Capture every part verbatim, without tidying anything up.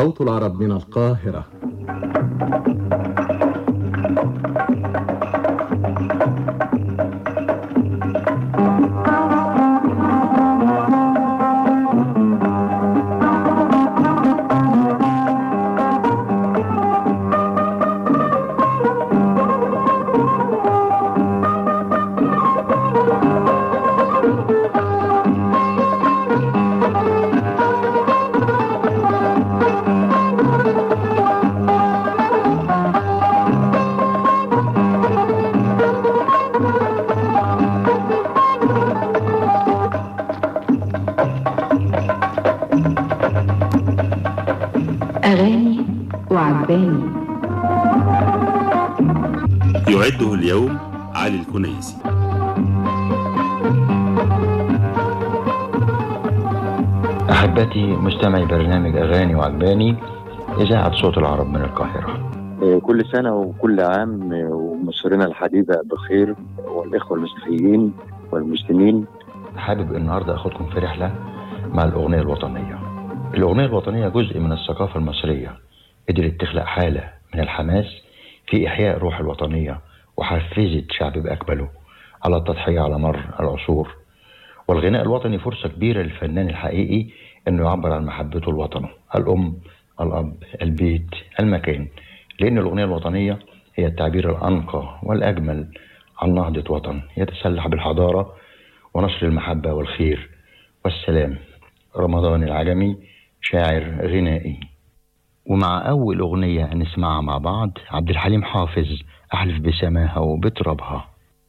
صوت العرب من القاهرة. أغاني وعجباني. يعده اليوم علي الكنيسي. أحبتي مستمعي برنامج أغاني وعجباني، إذاعة صوت العرب من القاهرة. كل سنة وكل عام ومصرنا الحبيبة بخير، والإخوة المسيحيين والمسلمين. حابب النهاردة أخدكم في رحلة مع الأغنية الوطنية. الأغنية الوطنية جزء من الثقافة المصرية، قدرت تخلق حالة من الحماس في إحياء روح الوطنية، وحفزت شعب بأكمله على التضحية على مر العصور. والغناء الوطني فرصة كبيرة للفنان الحقيقي أنه يعبر عن محبته لوطنه، الأم، الأب، البيت، المكان، لأن الأغنية الوطنية هي التعبير الأنقى والأجمل عن نهضة وطن يتسلح بالحضارة ونشر المحبة والخير والسلام. رمضان العجمي شاعر غنائي. ومع أول أغنية نسمعها مع بعض عبد الحليم حافظ، أحلف بسماها وبترابها.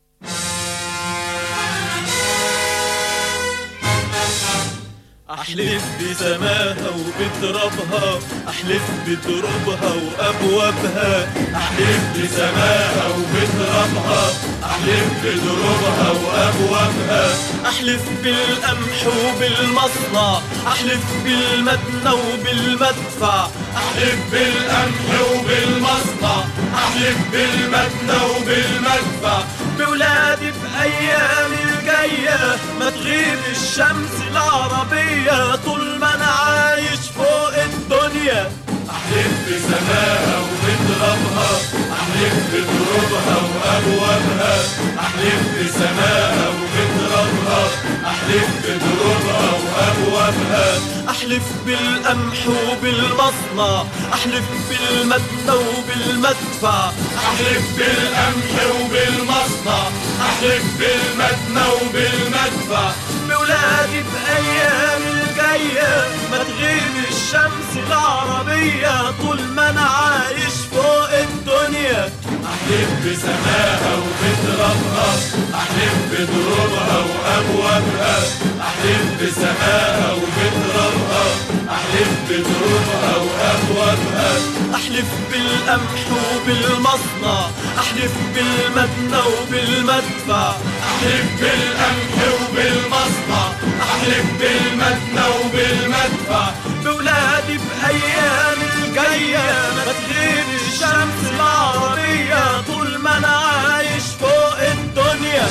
أحلف بسماها وبترابها، أحلف بترابها وأبوابها. أحلف بسماها وبترابها، أحلف بترابها وأبوابها. أحلف بالقمح وبالمصنع، أحلف بالمدنى وبالمدفع. أحلف بالقمح وبالمصنع، أحلف بالمدنى وبالمدفع. بولادي بأيام الجاية ما تغيب الشمس العربية طول ما أنا عايش فوق الدنيا. أحلف بسماها وبترابها، أحلف بترابها وأبوابها. أحلف بسماها وبترابها، أحلف بترابها وأبوابها. أحلف بالقمح وبالمصنع، أحلف بالمدنى وبالمدفع. أحلف بالقمح وبالمصنع، أحلف بالمدنى وبالمدفع. بولادي بأيام الجاية ما تغيب الشمس العربية طول ما أنا عايش فوق الدنيا. أحلف بسماها وبترابها، أحلف بترابها وأبوابها. أحلف بسماها وبترابها، أحلف بترابها وأبوابها. أحلف بالقمح وبالمصنع، أحلف بالمدنى وبالمدفع. أحلف بالقمح وبالمصنع، أحلف بالمدنى وبالمدفع. بولادي بأيام الجاية ما تغيب الشمس العربية طول ما أنا عايش فوق الدنيا.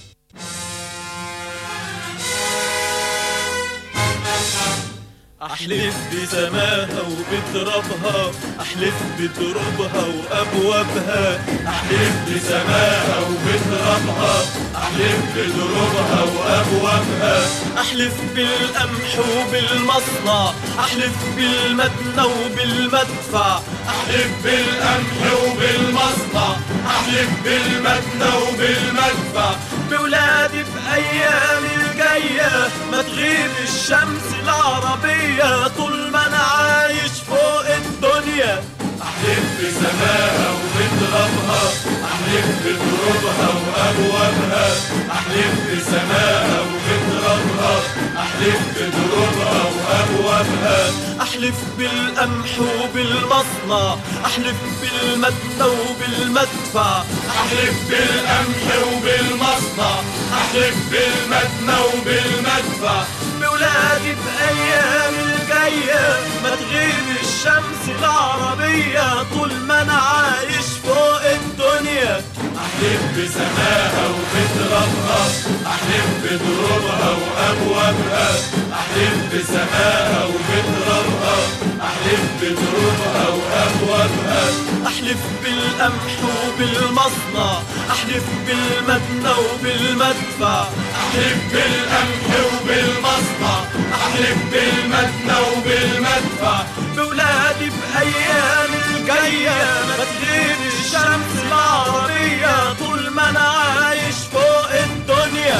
أحلف بسماها وبترابها، أحلف بترابها وأبوابها. أحلف بسماها وبترابها، أحلف بترابها وأبوابها. أحلف بالقمح وبالمصنع، أحلف بالمدنى وبالمدفع. أحلف بالقمح وبالمصنع، أحلف بالمدنى وبالمدفع. بولادي بأيام الجاية ما تغيب الشمس العربية طول ما أنا عايش فوق الدنيا. أحلف بسماها وبترابها، أحلف بترابها وأبوابها. أحلف بسماها وبترابها، أحلف بترابها وأبوابها. أحلف بالقمح وبالمصنع، أحلف بالمدنى وبالمدفع. أحلف بالقمح وبالمصنع، أحلف بالمدنى وبالمدفع. بولادي بأيام الجاية ما تغيب الشمس العربية طول ما أنا عايش فوق الدنيا. أحلف بسماها وبترابها، أحلف بترابها وأبوابها. أحلف بسماها وبترابها، أحلف بدروبها وأبوابها. أحلف بالقمح وبالمصنع، أحلف بالمدنى وبالمدفع. أحلف بالقمح وبالمصنع، أحلف بالمدنى وبالمدفع. بولادي بأيام الجاية ما تغيب الشمس العربية طول ما أنا عايش فوق الدنيا.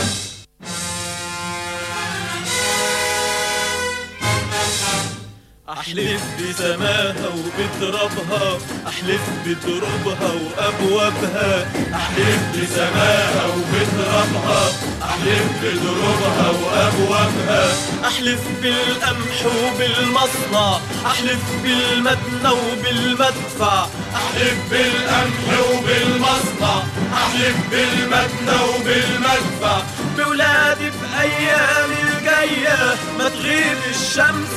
أحلف بسماها وبترابها، أحلف بدروبها وأبوابها. أحلف بسماها وبترابها، أحلف بدروبها وأبوابها. أحلف بالقمح وبالمصنع، أحلف بالمدنى وبالمدفع. أحلف بالقمح وبالمصنع، أحلف بالمدنى وبالمدفع. بولادي بأيام الجاية ما تغيب الشمس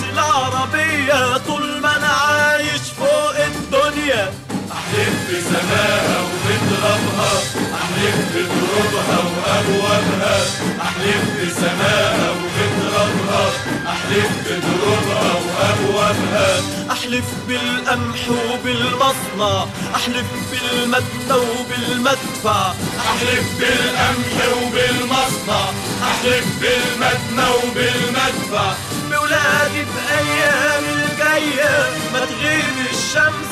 العربية طول ما أنا عايش فوق الدنيا. أحلف بسماها وبترابها، أحلف بدروبها وأبوابها. أحلف بسماها وبترابها، أحلف بدروبها وأبوابها. أحلف بالقمح وبالمصنع، أحلف بالمدنى وبالمدفع. أحلف بالقمح وبالمصنع، أحلف بالمدنى وبالمدفع. بولادي بأيام الجاية ما تغيب الشمس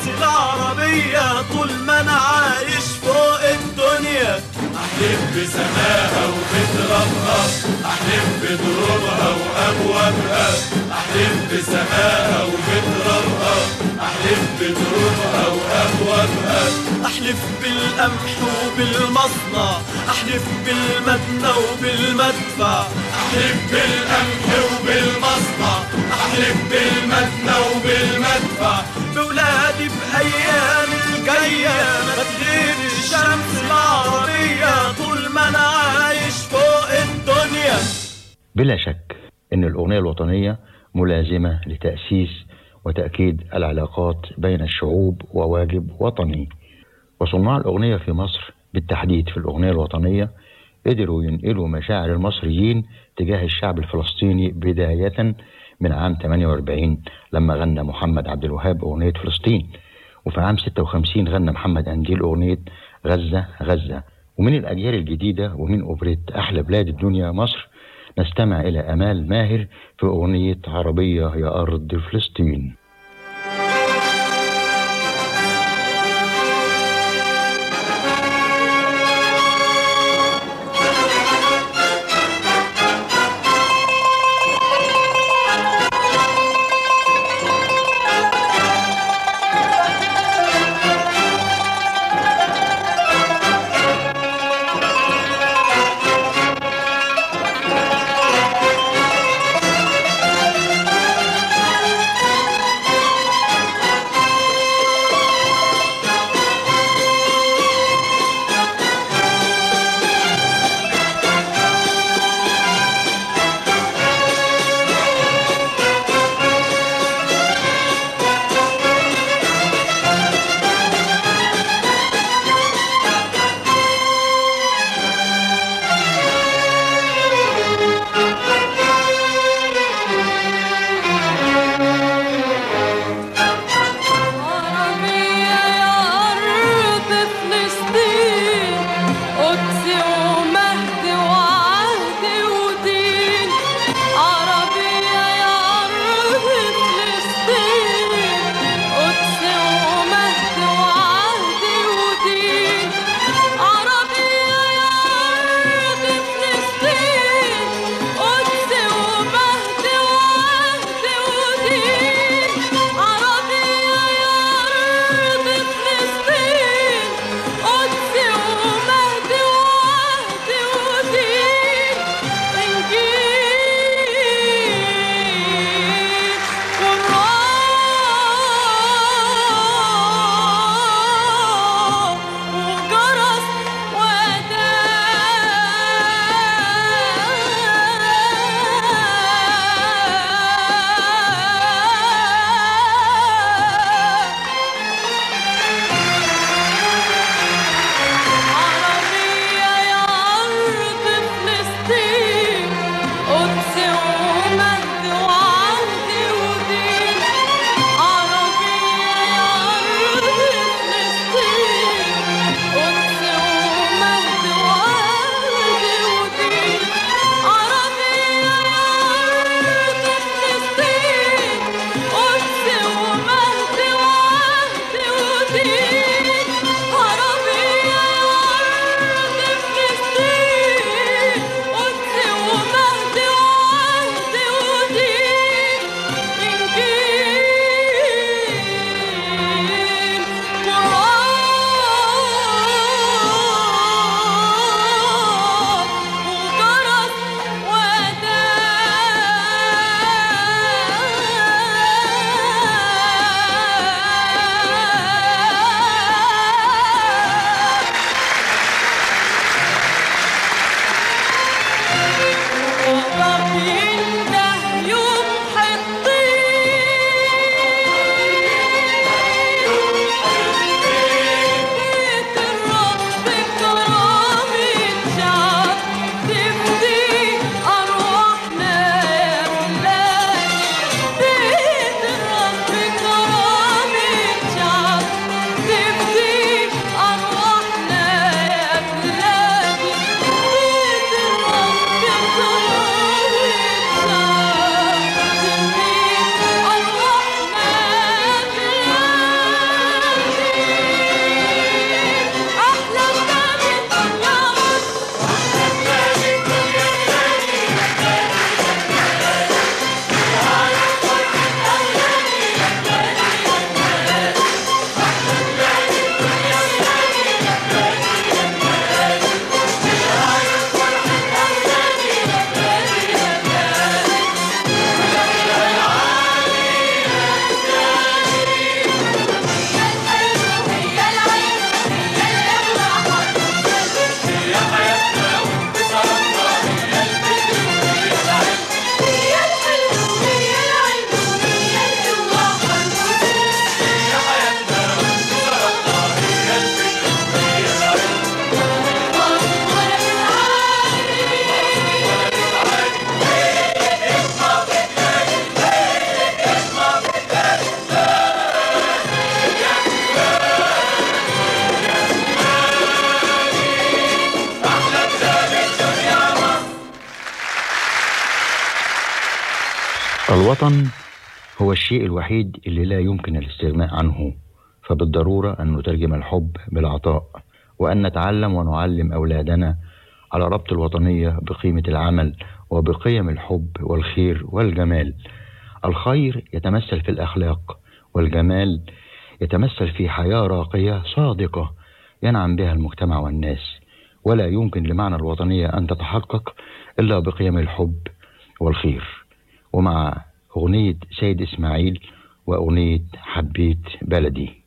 العربية طول ما أنا عايش فوق الدنيا. أحلف بسماها وبترابها، أحلف بدروبها وأبوابها. أحلف بسماها وبترابها، أحلف بدروبها وأبوابها. أحلف بالقمح وبالمصنع، أحلف بالمدنى وبالمدفع. أحلف بالقمح وبالمصنع، أحلف بالمدنى وبالمدفع. بولادي بأيام الجاية ما تغيب الشمس العربية طول ما أنا عايش فوق الدنيا. بلا شك إن الأغنية الوطنية ملازمة لتأسيس وتأكيد العلاقات بين الشعوب وواجب وطني. وصناع الأغنية في مصر بالتحديد في الأغنية الوطنية قدروا ينقلوا مشاعر المصريين تجاه الشعب الفلسطيني بداية من عام ثمانية وأربعين لما غنى محمد عبد الوهاب أغنية فلسطين، وفي عام ستة وخمسين غنى محمد أنديل أغنية غزة غزة. ومن الأجيال الجديدة ومن أوبريت أحلى بلاد الدنيا مصر نستمع إلى أمال ماهر في أغنية عربية يا أرض فلسطين. الوطن هو الشيء الوحيد اللي لا يمكن الاستغناء عنه، فبالضرورة أن نترجم الحب بالعطاء، وأن نتعلم ونعلم أولادنا على ربط الوطنية بقيمة العمل وبقيم الحب والخير والجمال. الخير يتمثل في الأخلاق، والجمال يتمثل في حياة راقية صادقة ينعم بها المجتمع والناس، ولا يمكن لمعنى الوطنية أن تتحقق إلا بقيم الحب والخير. ومع أغنية سيد إسماعيل وأغنية حبيت بلدي.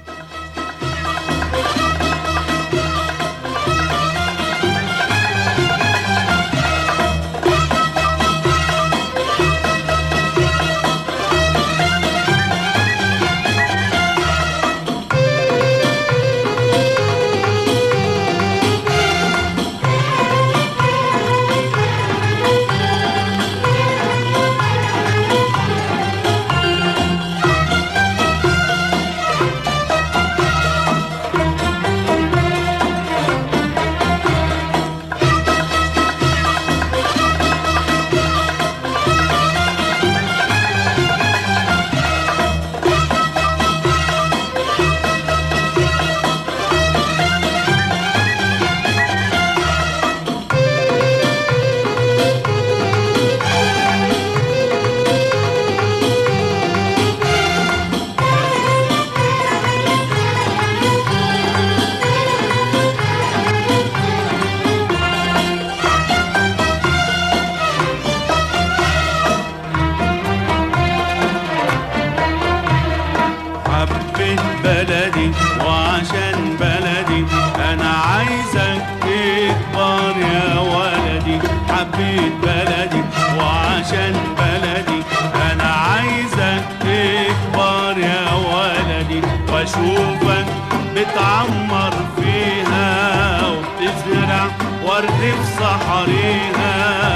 واشوفك بتعمر فيها وبتزرع ورد في صحريها،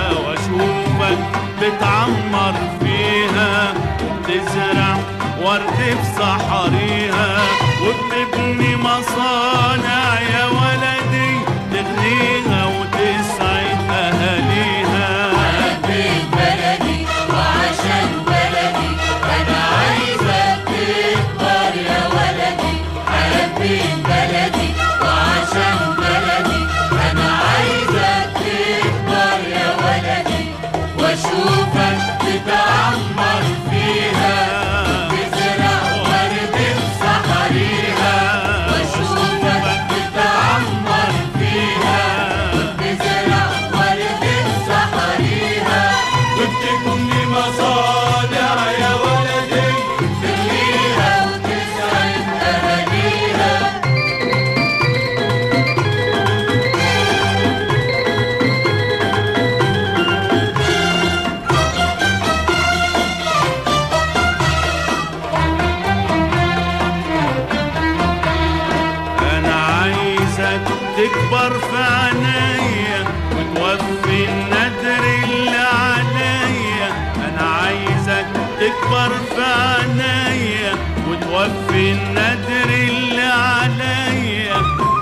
واشوفك بتعمر فيها وبتزرع ورد في صحريها، وبتبني مصانع يا ولدي تغنيها وتسعد اهاليها. حبيت بلدي وعشان بلدي انا عايزك تكبر يا ولدي. حبيت بلدي وعشان بلدي انا عايزك تكبر يا ولدي، واشوفك بتعمر فيها وتزرع ورد في صحريها، واشوفك بتعمر فيها وتزرع ورد في صحريها، وبتبني مصانع يا ولدي تغنيها وتسعد اهاليها. انا عايزك تكبر في عينيا وتوفي الندر اللي عليا. انا عايزك تكبر في عينيا وتوفي الندر اللي عليا.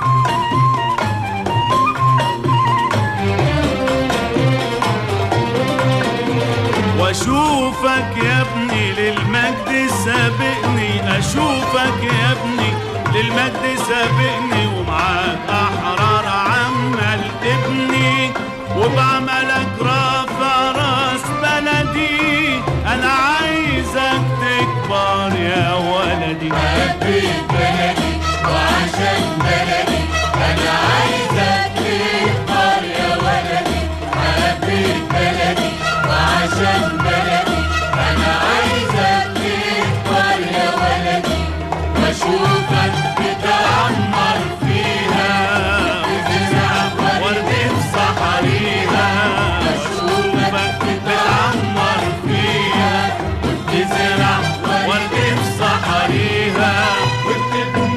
واشوفك يا ابني للمجد سابقني، اشوفك يا ابني للمجد سابقني، ومعاك احرار عمال تبني وبعملك رافع راس بلدي. انا عايزك تكبر يا ولدي. حبيت بلدي وعشان بلدي انا عايزك تكبر يا ولدي. حبيت بلدي وعشان بلدي انا عايزك تكبر يا ولدي، واشوفك بتعمر فيها وتزرع ورد في صحريها، واشوفك بتعمر فيها وتزرع ورد في صحريها، وبتبني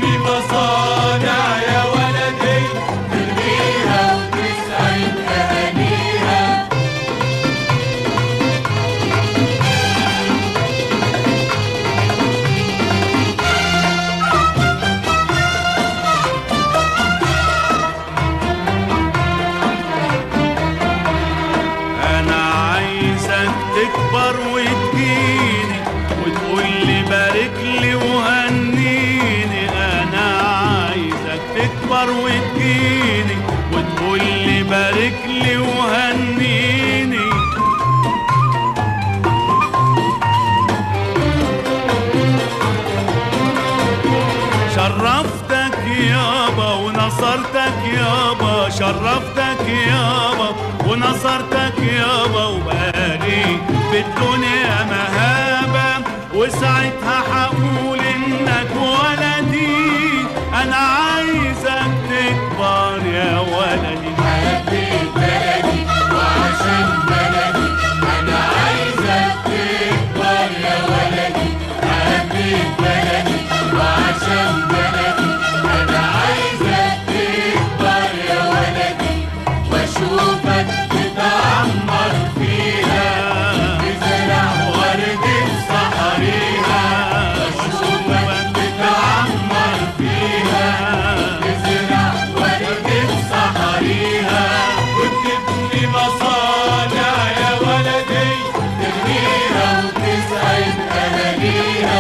شرفتك يابا شرفتك يابا ونصرتك يابا وبقالي في الدنيا مهابة وساعتها هقول انك ولدي انا عايزك تكبر يا ولدي. حبيت بلدي وعشان بلدي انا عايزك تكبر يا ولدي. حبيت بلدي وعشان بلدي انا عايزك تكبر يا ولدي واشوفك تتعمر فيها تزرع ورد بصحريها. واشوفك تتعمر فيها تزرع ورد بصحريها وتبني مصانع يا ولدي تبنيها وتسعد اهاليها.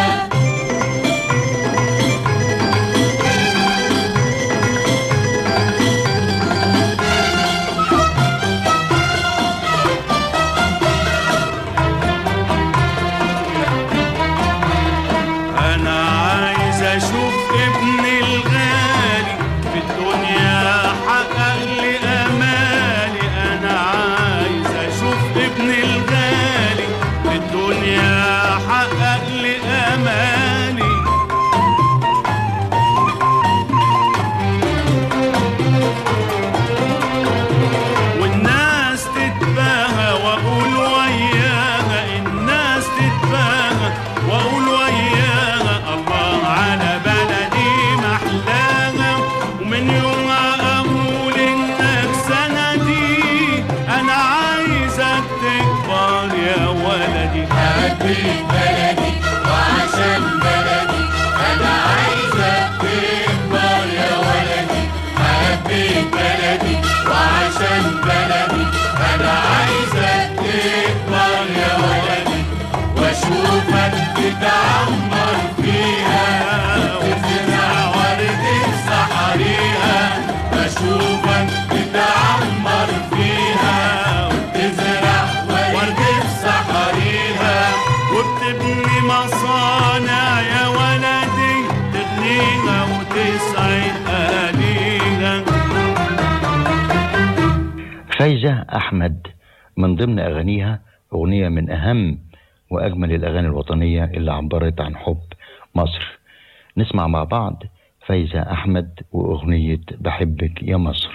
انا عايز اشوف ابني الغالي في الدنيا حقق لي امالي. انا عايز اشوف ابني الغالي في الدنيا حقق لي امالي. والناس تتباهى واقول وياها الناس تتباهى واقول وياها الله على بلدي محلاها. ومن يوم اقول انك سندي انا عايزك تكبر يا ولدي. حبيت بلدي وعشان بلدي انا عايزك تكبر يا ولدي. حبيت بلدي وعشان بلدي انا عايزك تكبر يا ولدي واشوفك تتعمر فيها وتزرع ورد بصحريها. واشوفك تتعمر فيها وتزرع ورد بصحريها وبتبني مصانع يا ولدي تغنيها وتسعد اهاليها. فايزة أحمد من ضمن أغانيها أغنية من أهم وأجمل الأغاني الوطنية اللي عبرت عن حب مصر. نسمع مع بعض فايزة أحمد وأغنية بحبك يا مصر.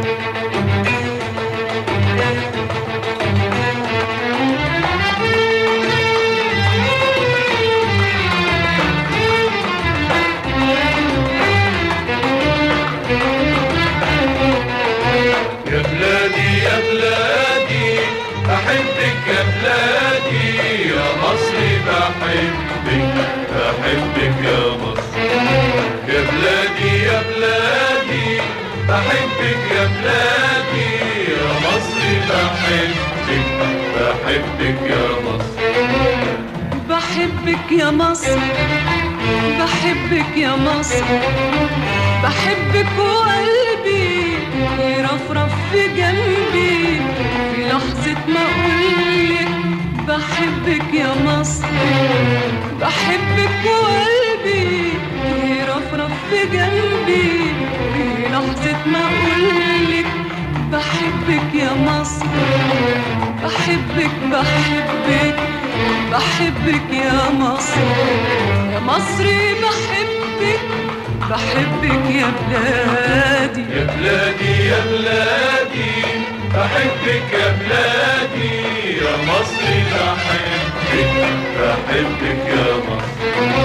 يا بلادي يا بلادي أحبك يا بلادي يا مصري بحبك بحبك يا مصر. يا بلادي يا بلادي أحبك يا بلادي يا مصري بحبك بحبك يا مصر. بحبك يا مصر بحبك يا مصر بحبك وقلبي يرفرف في جنبي في لحظة ما أقولك بحبك يا مصر. بحبك وقلبي يرفرف في جنبي في لحظة ما أقولك بحبك يا مصر. بحبك بحبك بحبك يا مصر يا مصري بحبك بحبك يا بلادي. يا بلادي يا بلادي أحبك يا بلادي يا مصري بحبك بحبك يا مصر.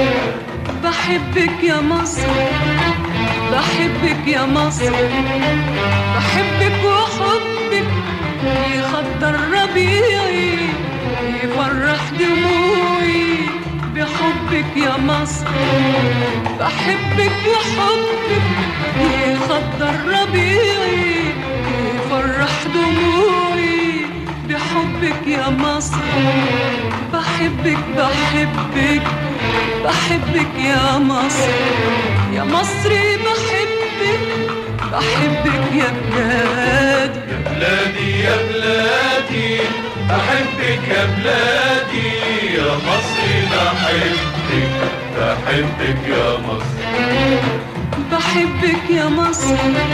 بحبك يا مصر بحبك يا مصر بحبك وحبك يخضر ربيعي يفرح دموعي بحبك يا مصر. بحبك وحبك يخضر ربيعي يفرح دموعي بحبك يا مصر. بحبك بحبك بحبك يا مصر يا مصري بحبك بحبك يا بلادي. يا بلادي يا بلادي أحبك يا بلادي يا مصري بحبك بحبك يا مصر. بحبك يا مصر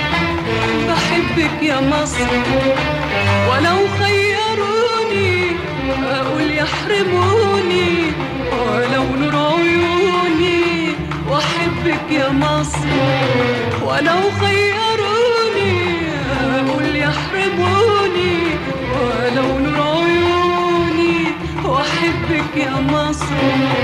بحبك يا مصر ولو خيروني أقول يحرموني ولو نور عيوني وأحبك يا مصر ولو خيروني أقول يحرموني ولو نور عيوني وأحبك يا مصر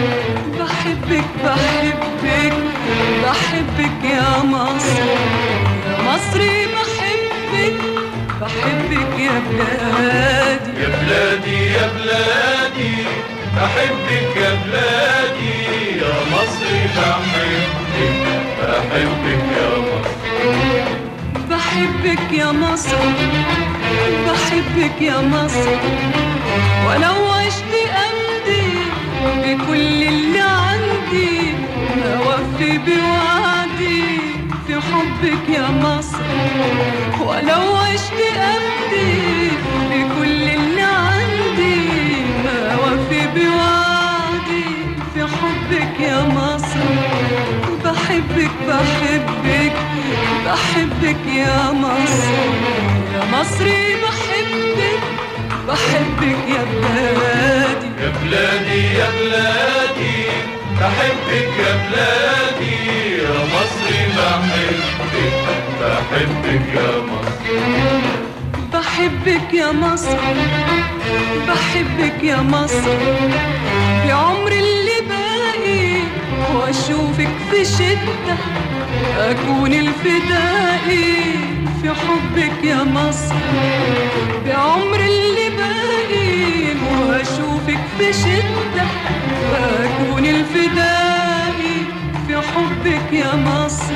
بحبك بحبك بحبك يا مصر يا مصري بحبك بحبك يا بلادي يا بلادي يا بلادي بحبك يا بلادي يا مصري بحبك بحبك يا مصر بحبك يا مصر بحبك يا مصر ولو عشت أمضي بكل اللي عندي ما وفي بوعدي في حبك يا مصر ولو عشت أمضي بكل اللي عندي ما وفي بوعدي في حبك يا مصر بحبك بحبك بحبك يا مصر يا مصري بحبك بحبك يا بلادي يا بلادي يا بلادي بحبك يا بلادي يا مصري بحبك بحبك يا مصر بحبك يا مصر بحبك يا مصر بعمر اللي باقي واشوفك في شدة اكون الفدائي في حبك يا مصر بعمر اللي باقي واشوفك في شدة اكون الفدائي في حبك يا مصر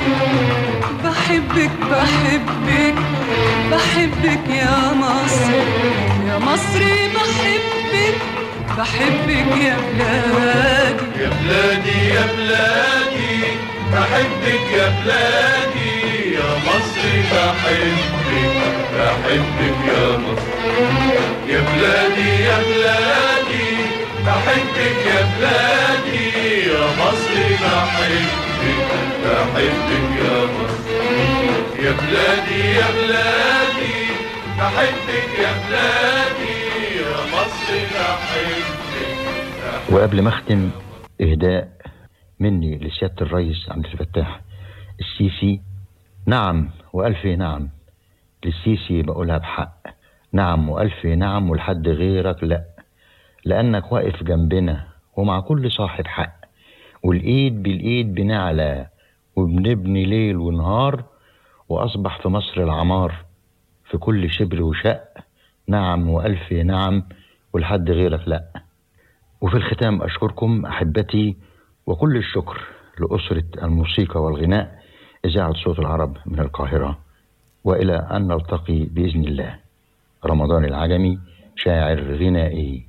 بحبك بحبك بحبك يا مصر يا مصري بحبك بحبك يا بلادي يا بلادي يا بلادي بحبك يا بلادي يا مصري بحبك بحبك يا مصر يا بلادي يا بلادي بحبك يا بلادي يا مصري بحبك بحبك يا مصر يا بلادي يا بلادي بحبك يا بلادي يا مصري بحبك. وقبل ما اختم اهداء مني لسيادة الرئيس عبد الفتاح السيسي. نعم والف نعم للسيسي بقولها بحق، نعم والف نعم ولحد غيرك لا، لانك واقف جنبنا ومع كل صاحب حق، والايد بالايد بنعلى وبنبني ليل ونهار، واصبح في مصر العمار في كل شبر وشق. نعم والف نعم ولحد غيرك لا. وفي الختام اشكركم احبتي وكل الشكر لأسرة الموسيقى والغناء إذاعة صوت العرب من القاهرة، وإلى أن نلتقي بإذن الله. رمضان العجمي شاعر غنائي.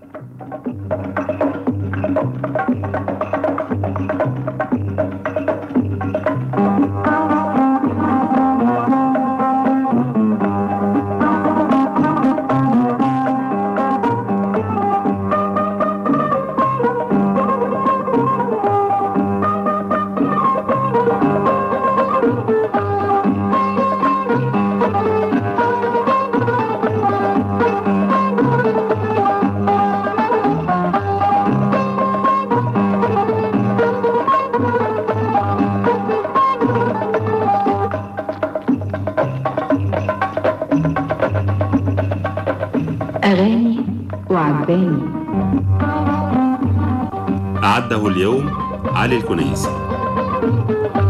أغاني وعجباني. أعده اليوم علي الكنيسي.